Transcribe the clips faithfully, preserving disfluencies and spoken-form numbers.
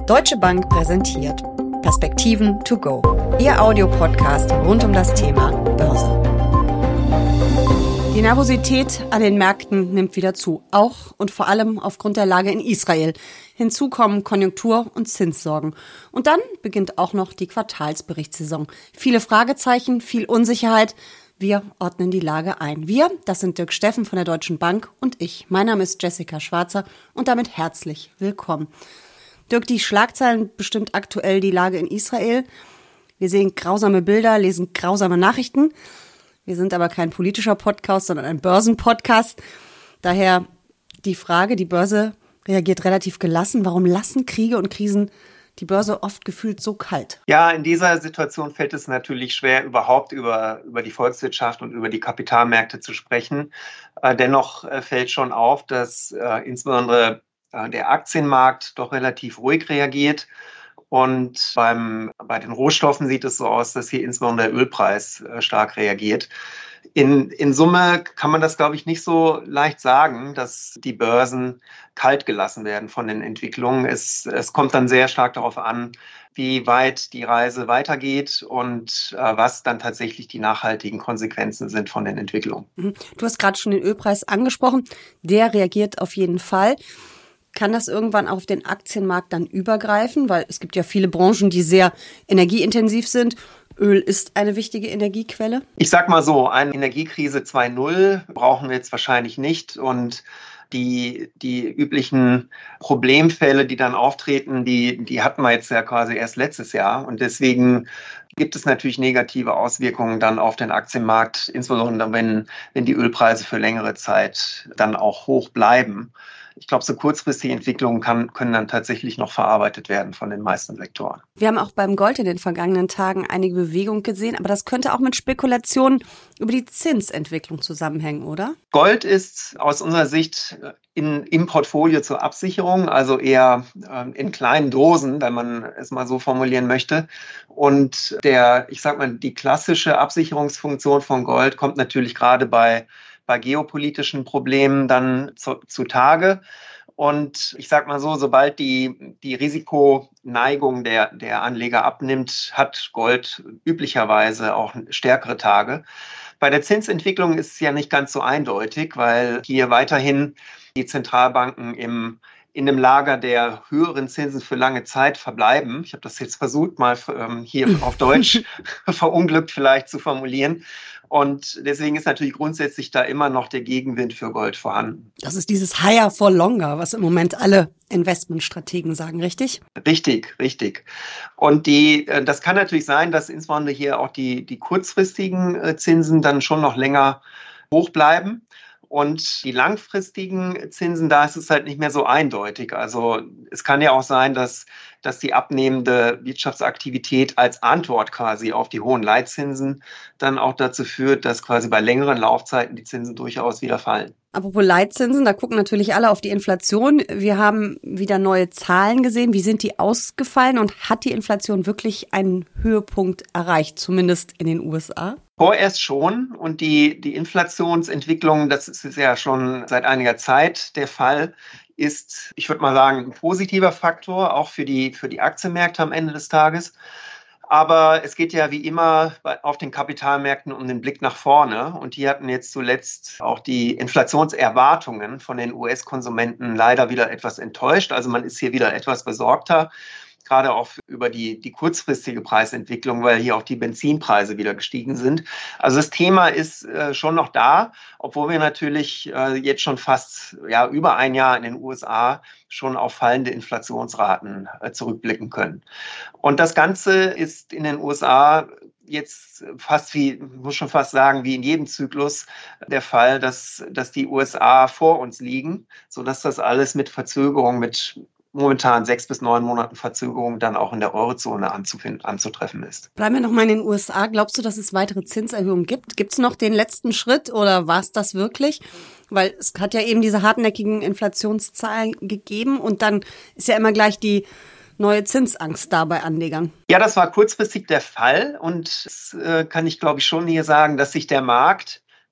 Deutsche Bank präsentiert Perspektiven to go, Ihr Audiopodcast rund um das Thema Börse. Die Nervosität an den Märkten nimmt wieder zu, auch und vor allem aufgrund der Lage in Israel. Hinzu kommen Konjunktur- und Zinssorgen. Und dann beginnt auch noch die Quartalsberichtssaison. Viele Fragezeichen, viel Unsicherheit. Wir ordnen die Lage ein. Wir, das sind Dirk Steffen von der Deutschen Bank und ich. Mein Name ist Jessica Schwarzer und damit herzlich willkommen. Dirk, die Schlagzeilen bestimmt aktuell die Lage in Israel. Wir sehen grausame Bilder, lesen grausame Nachrichten. Wir sind aber kein politischer Podcast, sondern ein Börsenpodcast. Daher die Frage, die Börse reagiert relativ gelassen. Warum lassen Kriege und Krisen die Börse oft gefühlt so kalt? Ja, in dieser Situation fällt es natürlich schwer, überhaupt über, über die Volkswirtschaft und über die Kapitalmärkte zu sprechen. Äh, dennoch äh, fällt schon auf, dass äh, insbesondere äh, der Aktienmarkt doch relativ ruhig reagiert. Und beim, bei den Rohstoffen sieht es so aus, dass hier insbesondere der Ölpreis äh, stark reagiert. In, in Summe kann man das, glaube ich, nicht so leicht sagen, dass die Börsen kalt gelassen werden von den Entwicklungen. Es, es kommt dann sehr stark darauf an, wie weit die Reise weitergeht und äh, was dann tatsächlich die nachhaltigen Konsequenzen sind von den Entwicklungen. Du hast gerade schon den Ölpreis angesprochen. Der reagiert auf jeden Fall. Kann das irgendwann auf den Aktienmarkt dann übergreifen? Weil es gibt ja viele Branchen, die sehr energieintensiv sind. Öl ist eine wichtige Energiequelle. Ich sag mal so, eine Energiekrise zwei Punkt null brauchen wir jetzt wahrscheinlich nicht. Und die, die üblichen Problemfälle, die dann auftreten, die, die hatten wir jetzt ja quasi erst letztes Jahr. Und deswegen gibt es natürlich negative Auswirkungen dann auf den Aktienmarkt, insbesondere wenn, wenn die Ölpreise für längere Zeit dann auch hoch bleiben. Ich glaube, so kurzfristige Entwicklungen kann, können dann tatsächlich noch verarbeitet werden von den meisten Sektoren. Wir haben auch beim Gold in den vergangenen Tagen einige Bewegung gesehen, aber das könnte auch mit Spekulationen über die Zinsentwicklung zusammenhängen, oder? Gold ist aus unserer Sicht in, im Portfolio zur Absicherung, also eher äh, in kleinen Dosen, wenn man es mal so formulieren möchte. Und der, ich sag mal, die klassische Absicherungsfunktion von Gold kommt natürlich gerade bei bei geopolitischen Problemen dann zu, zutage. Und ich sage mal so, sobald die, die Risikoneigung der, der Anleger abnimmt, hat Gold üblicherweise auch stärkere Tage. Bei der Zinsentwicklung ist es ja nicht ganz so eindeutig, weil hier weiterhin die Zentralbanken im in dem Lager der höheren Zinsen für lange Zeit verbleiben. Ich habe das jetzt versucht, mal ähm, hier auf Deutsch verunglückt vielleicht zu formulieren. Und deswegen ist natürlich grundsätzlich da immer noch der Gegenwind für Gold vorhanden. Das ist dieses Higher for Longer, was im Moment alle Investmentstrategen sagen, richtig? Richtig, richtig. Und die, das kann natürlich sein, dass insbesondere hier auch die, die kurzfristigen Zinsen dann schon noch länger hoch bleiben. Und die langfristigen Zinsen, da ist es halt nicht mehr so eindeutig. Also es kann ja auch sein, dass, dass die abnehmende Wirtschaftsaktivität als Antwort quasi auf die hohen Leitzinsen dann auch dazu führt, dass quasi bei längeren Laufzeiten die Zinsen durchaus wieder fallen. Apropos Leitzinsen, da gucken natürlich alle auf die Inflation. Wir haben wieder neue Zahlen gesehen. Wie sind die ausgefallen und hat die Inflation wirklich einen Höhepunkt erreicht, zumindest in den U S A? Vorerst schon. Und die, die Inflationsentwicklung, das ist ja schon seit einiger Zeit der Fall, ist, ich würde mal sagen, ein positiver Faktor, auch für die, für die Aktienmärkte am Ende des Tages. Aber es geht ja wie immer auf den Kapitalmärkten um den Blick nach vorne. Und hier hatten jetzt zuletzt auch die Inflationserwartungen von den U S-Konsumenten leider wieder etwas enttäuscht. Also man ist hier wieder etwas besorgter, gerade auch über die, die kurzfristige Preisentwicklung, weil hier auch die Benzinpreise wieder gestiegen sind. Also das Thema ist äh, schon noch da, obwohl wir natürlich äh, jetzt schon fast ja, über ein Jahr in den U S A schon auf fallende Inflationsraten äh, zurückblicken können. Und das Ganze ist in den U S A jetzt fast wie, muss schon fast sagen, wie in jedem Zyklus der Fall, dass, dass die U S A vor uns liegen, sodass das alles mit Verzögerung, mit momentan sechs bis neun Monaten Verzögerung dann auch in der Eurozone anzufinden, anzutreffen ist. Bleiben wir noch mal in den U S A. Glaubst du, dass es weitere Zinserhöhungen gibt? Gibt es noch den letzten Schritt oder war es das wirklich? Weil es hat ja eben diese hartnäckigen Inflationszahlen gegeben und dann ist ja immer gleich die neue Zinsangst da bei Anlegern. Ja, das war kurzfristig der Fall und das äh, kann ich glaube ich schon hier sagen, dass sich der Markt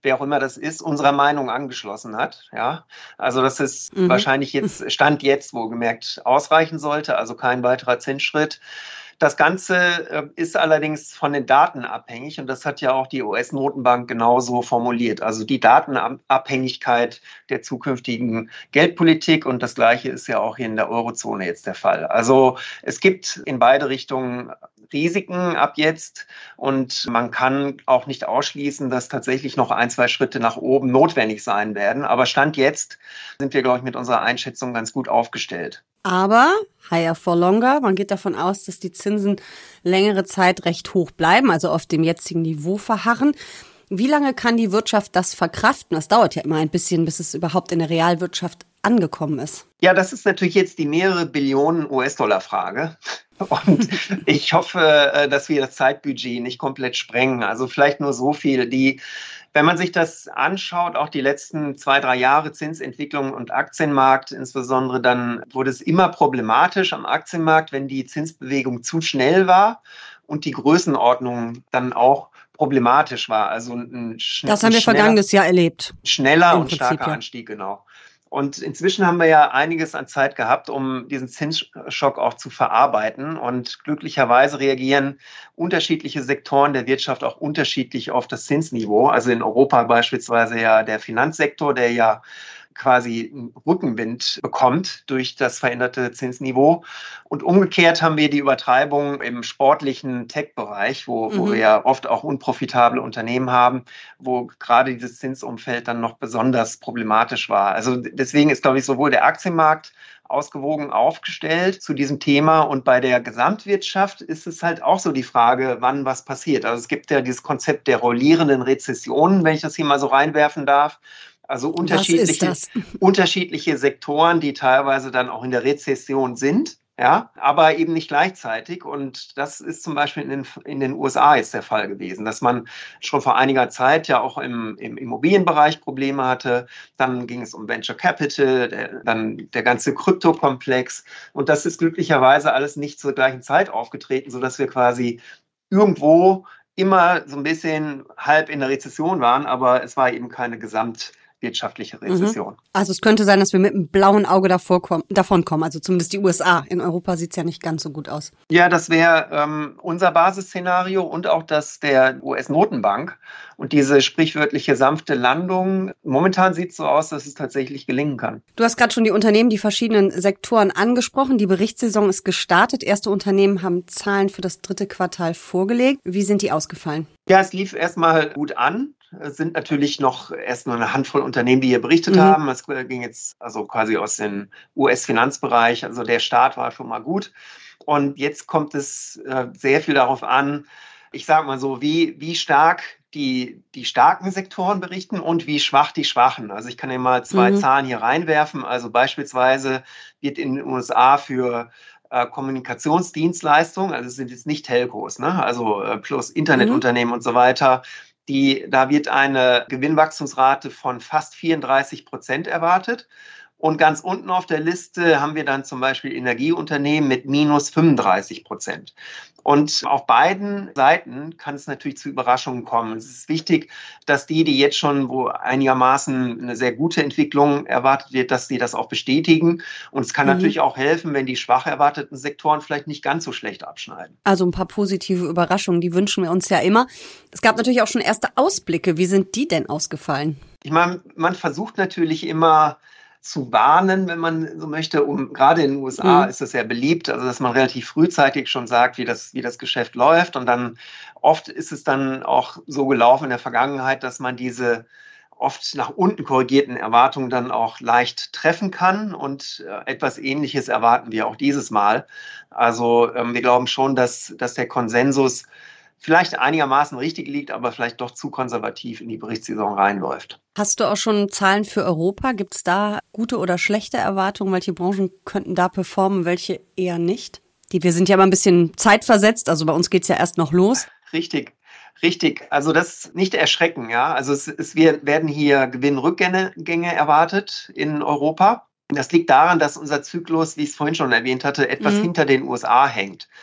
wer auch immer das ist, unserer Meinung angeschlossen hat. Ja, also das ist Mhm. wahrscheinlich jetzt, Stand jetzt wohlgemerkt, ausreichen sollte, also kein weiterer Zinsschritt. Das Ganze äh, ist allerdings von den Daten abhängig und das hat ja auch die U S-Notenbank genauso formuliert. Also die Datenabhängigkeit der zukünftigen Geldpolitik und das Gleiche ist ja auch hier in der Eurozone jetzt der Fall. Also es gibt in beide Richtungen Risiken ab jetzt und man kann auch nicht ausschließen, dass tatsächlich noch ein, zwei Schritte nach oben notwendig sein werden. Aber Stand jetzt sind wir, glaube ich, mit unserer Einschätzung ganz gut aufgestellt. Aber higher for longer, man geht davon aus, dass die Zinsen längere Zeit recht hoch bleiben, also auf dem jetzigen Niveau verharren. Wie lange kann die Wirtschaft das verkraften? Das dauert ja immer ein bisschen, bis es überhaupt in der Realwirtschaft angekommen ist. Ja, das ist natürlich jetzt die mehrere Billionen U S-Dollar-Frage. Und ich hoffe, dass wir das Zeitbudget nicht komplett sprengen. Also vielleicht nur so viel. Die, wenn man sich das anschaut, auch die letzten zwei, drei Jahre Zinsentwicklung und Aktienmarkt insbesondere, dann wurde es immer problematisch am Aktienmarkt, wenn die Zinsbewegung zu schnell war und die Größenordnung dann auch problematisch war. Also ein, ein Das haben wir vergangenes Jahr erlebt. Schneller und starker Anstieg, genau. Und inzwischen haben wir ja einiges an Zeit gehabt, um diesen Zinsschock auch zu verarbeiten. Und glücklicherweise reagieren unterschiedliche Sektoren der Wirtschaft auch unterschiedlich auf das Zinsniveau. Also in Europa beispielsweise ja der Finanzsektor, der ja quasi Rückenwind bekommt durch das veränderte Zinsniveau. Und umgekehrt haben wir die Übertreibung im sportlichen Tech-Bereich, wo, mhm. wo wir ja oft auch unprofitable Unternehmen haben, wo gerade dieses Zinsumfeld dann noch besonders problematisch war. Also deswegen ist, glaube ich, sowohl der Aktienmarkt ausgewogen aufgestellt zu diesem Thema und bei der Gesamtwirtschaft ist es halt auch so die Frage, wann was passiert. Also es gibt ja dieses Konzept der rollierenden Rezessionen, wenn ich das hier mal so reinwerfen darf. Also unterschiedliche, unterschiedliche Sektoren, die teilweise dann auch in der Rezession sind, ja, aber eben nicht gleichzeitig. Und das ist zum Beispiel in den, in den U S A jetzt der Fall gewesen, dass man schon vor einiger Zeit ja auch im, im Immobilienbereich Probleme hatte. Dann ging es um Venture Capital, der, dann der ganze Kryptokomplex. Und das ist glücklicherweise alles nicht zur gleichen Zeit aufgetreten, sodass wir quasi irgendwo immer so ein bisschen halb in der Rezession waren, aber es war eben keine Gesamt wirtschaftliche Rezession. Mhm. Also es könnte sein, dass wir mit einem blauen Auge davor kommen, davon kommen, also zumindest die U S A. In Europa sieht es ja nicht ganz so gut aus. Ja, das wäre ähm, unser Basisszenario und auch das der U S-Notenbank. Und diese sprichwörtliche sanfte Landung, momentan sieht es so aus, dass es tatsächlich gelingen kann. Du hast gerade schon die Unternehmen, die verschiedenen Sektoren angesprochen. Die Berichtssaison ist gestartet. Erste Unternehmen haben Zahlen für das dritte Quartal vorgelegt. Wie sind die ausgefallen? Ja, es lief erstmal gut an. Es sind natürlich noch erst nur eine Handvoll Unternehmen, die hier berichtet mhm. haben. Es ging jetzt also quasi aus dem U S-Finanzbereich. Also der Start war schon mal gut. Und jetzt kommt es äh, sehr viel darauf an, ich sage mal so, wie, wie stark die, die starken Sektoren berichten und wie schwach die schwachen. Also ich kann ja mal zwei mhm. Zahlen hier reinwerfen. Also beispielsweise wird in den U S A für äh, Kommunikationsdienstleistungen, also es sind jetzt nicht Telcos, ne? Also äh, plus Internetunternehmen mhm. und so weiter, die, da wird eine Gewinnwachstumsrate von fast vierunddreißig Prozent erwartet. Und ganz unten auf der Liste haben wir dann zum Beispiel Energieunternehmen mit minus fünfunddreißig Prozent. Und auf beiden Seiten kann es natürlich zu Überraschungen kommen. Es ist wichtig, dass die, die jetzt schon, wo einigermaßen eine sehr gute Entwicklung erwartet wird, dass die das auch bestätigen. Und es kann mhm. natürlich auch helfen, wenn die schwach erwarteten Sektoren vielleicht nicht ganz so schlecht abschneiden. Also ein paar positive Überraschungen, die wünschen wir uns ja immer. Es gab natürlich auch schon erste Ausblicke. Wie sind die denn ausgefallen? Ich meine, man versucht natürlich immer zu warnen, wenn man so möchte. Um, gerade in den U S A mhm. ist das sehr beliebt, also dass man relativ frühzeitig schon sagt, wie das, wie das Geschäft läuft. Und dann oft ist es dann auch so gelaufen in der Vergangenheit, dass man diese oft nach unten korrigierten Erwartungen dann auch leicht treffen kann. Und äh, etwas Ähnliches erwarten wir auch dieses Mal. Also ähm, wir glauben schon, dass, dass der Konsensus vielleicht einigermaßen richtig liegt, aber vielleicht doch zu konservativ in die Berichtssaison reinläuft. Hast du auch schon Zahlen für Europa? Gibt es da gute oder schlechte Erwartungen? Welche Branchen könnten da performen, welche eher nicht? Die, wir sind ja mal ein bisschen zeitversetzt, also bei uns geht's ja erst noch los. Richtig, richtig. Also das nicht erschrecken, ja. Also es, es wir werden hier Gewinnrückgänge Gänge erwartet in Europa. Das liegt daran, dass unser Zyklus, wie ich es vorhin schon erwähnt hatte, etwas mhm. hinter den U S A hängt.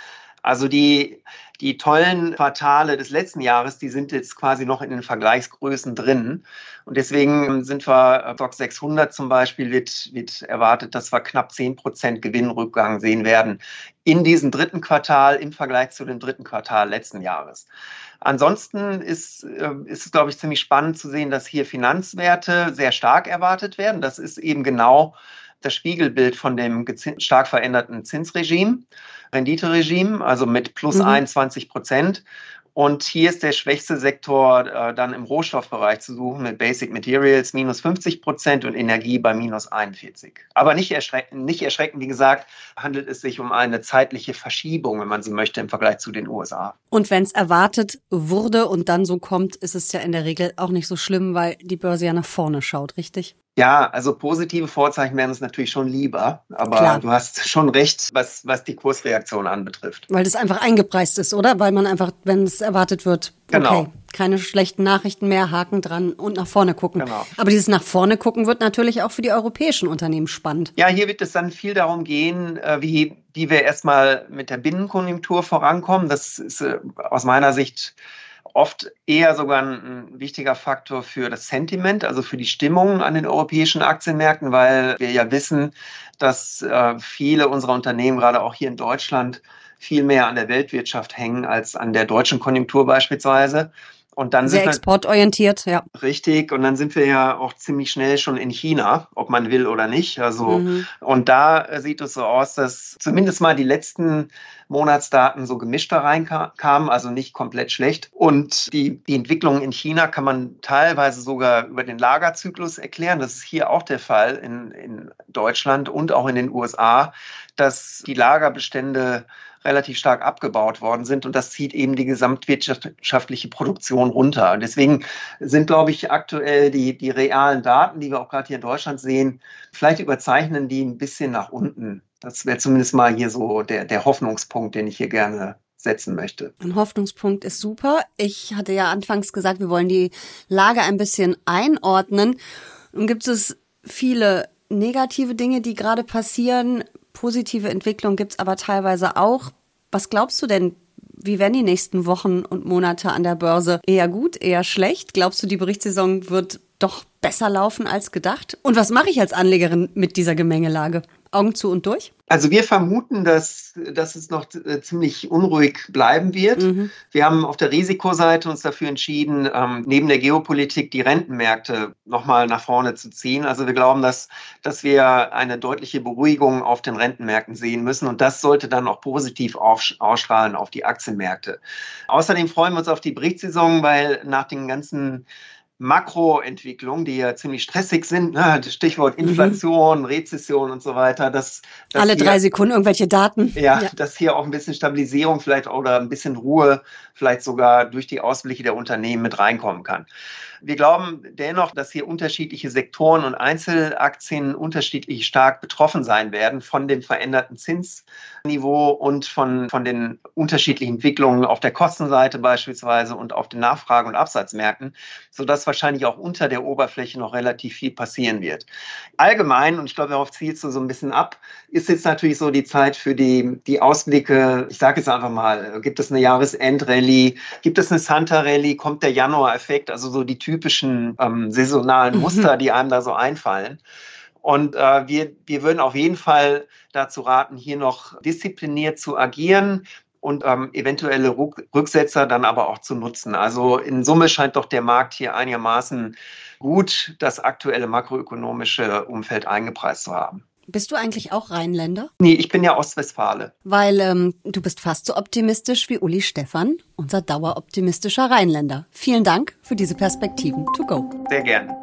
Also die, die tollen Quartale des letzten Jahres, die sind jetzt quasi noch in den Vergleichsgrößen drin. Und deswegen sind wir, Stoxx sechshundert zum Beispiel, wird, wird erwartet, dass wir knapp zehn Prozent Gewinnrückgang sehen werden in diesem dritten Quartal im Vergleich zu dem dritten Quartal letzten Jahres. Ansonsten ist, ist es, glaube ich, ziemlich spannend zu sehen, dass hier Finanzwerte sehr stark erwartet werden. Das ist eben genau das Spiegelbild von dem stark veränderten Zinsregime, Renditeregime, also mit plus mhm. einundzwanzig Prozent. Und hier ist der schwächste Sektor äh, dann im Rohstoffbereich zu suchen mit Basic Materials minus fünfzig Prozent und Energie bei minus einundvierzig. Aber nicht erschreckend, nicht erschreckend, wie gesagt, handelt es sich um eine zeitliche Verschiebung, wenn man so möchte, im Vergleich zu den U S A. Und wenn es erwartet wurde und dann so kommt, ist es ja in der Regel auch nicht so schlimm, weil die Börse ja nach vorne schaut, richtig? Ja, also positive Vorzeichen wären uns natürlich schon lieber, aber Klar. du hast schon recht, was, was die Kursreaktion anbetrifft. Weil das einfach eingepreist ist, oder? Weil man einfach, wenn es erwartet wird, genau. okay, keine schlechten Nachrichten mehr, Haken dran und nach vorne gucken. Genau. Aber dieses nach vorne gucken wird natürlich auch für die europäischen Unternehmen spannend. Ja, hier wird es dann viel darum gehen, wie, wie wir erstmal mit der Binnenkonjunktur vorankommen. Das ist aus meiner Sicht oft eher sogar ein wichtiger Faktor für das Sentiment, also für die Stimmung an den europäischen Aktienmärkten, weil wir ja wissen, dass äh, viele unserer Unternehmen, gerade auch hier in Deutschland, viel mehr an der Weltwirtschaft hängen als an der deutschen Konjunktur beispielsweise. Und dann Sehr sind wir, exportorientiert, ja. Richtig. Und dann sind wir ja auch ziemlich schnell schon in China, ob man will oder nicht. Also, mhm. und da sieht es so aus, dass zumindest mal die letzten Monatsdaten so gemischt da reinkamen, also nicht komplett schlecht. Und die, die Entwicklung in China kann man teilweise sogar über den Lagerzyklus erklären. Das ist hier auch der Fall in, in Deutschland und auch in den U S A, dass die Lagerbestände relativ stark abgebaut worden sind und das zieht eben die gesamtwirtschaftliche Produktion runter. Und deswegen sind, glaube ich, aktuell die, die realen Daten, die wir auch gerade hier in Deutschland sehen, vielleicht überzeichnen die ein bisschen nach unten. Das wäre zumindest mal hier so der, der Hoffnungspunkt, den ich hier gerne setzen möchte. Ein Hoffnungspunkt ist super. Ich hatte ja anfangs gesagt, wir wollen die Lage ein bisschen einordnen. Nun gibt es viele negative Dinge, die gerade passieren. Positive Entwicklung gibt es aber teilweise auch. Was glaubst du denn, wie werden die nächsten Wochen und Monate an der Börse? Eher gut, eher schlecht? Glaubst du, die Berichtssaison wird doch besser laufen als gedacht? Und was mache ich als Anlegerin mit dieser Gemengelage? Augen zu und durch? Also wir vermuten, dass, dass es noch ziemlich unruhig bleiben wird. Mhm. Wir haben auf der Risikoseite uns dafür entschieden, ähm, neben der Geopolitik die Rentenmärkte nochmal nach vorne zu ziehen. Also wir glauben, dass, dass wir eine deutliche Beruhigung auf den Rentenmärkten sehen müssen und das sollte dann auch positiv ausstrahlen auf die Aktienmärkte. Außerdem freuen wir uns auf die Berichtssaison, weil nach den ganzen Makroentwicklungen, die ja ziemlich stressig sind, ne? Stichwort Inflation, mhm. Rezession und so weiter. Dass, dass Alle hier, drei Sekunden irgendwelche Daten. Ja, ja, dass hier auch ein bisschen Stabilisierung vielleicht oder ein bisschen Ruhe vielleicht sogar durch die Ausblicke der Unternehmen mit reinkommen kann. Wir glauben dennoch, dass hier unterschiedliche Sektoren und Einzelaktien unterschiedlich stark betroffen sein werden von dem veränderten Zinsniveau und von, von den unterschiedlichen Entwicklungen auf der Kostenseite beispielsweise und auf den Nachfrage- und Absatzmärkten, sodass wahrscheinlich auch unter der Oberfläche noch relativ viel passieren wird. Allgemein, und ich glaube, darauf zielst du so ein bisschen ab, ist jetzt natürlich so die Zeit für die, die Ausblicke. Ich sage jetzt einfach mal, gibt es eine Jahresendrallye, gibt es eine Santa-Rallye, kommt der Januar-Effekt, also so die typischen ähm, saisonalen Muster, die einem da so einfallen. Und äh, wir, wir würden auf jeden Fall dazu raten, hier noch diszipliniert zu agieren und ähm, eventuelle Ruck- Rücksetzer dann aber auch zu nutzen. Also in Summe scheint doch der Markt hier einigermaßen gut das aktuelle makroökonomische Umfeld eingepreist zu haben. Bist du eigentlich auch Rheinländer? Nee, ich bin ja Ostwestfale. Weil ähm, du bist fast so optimistisch wie Uli Stephan, unser daueroptimistischer Rheinländer. Vielen Dank für diese Perspektiven to go. Sehr gerne.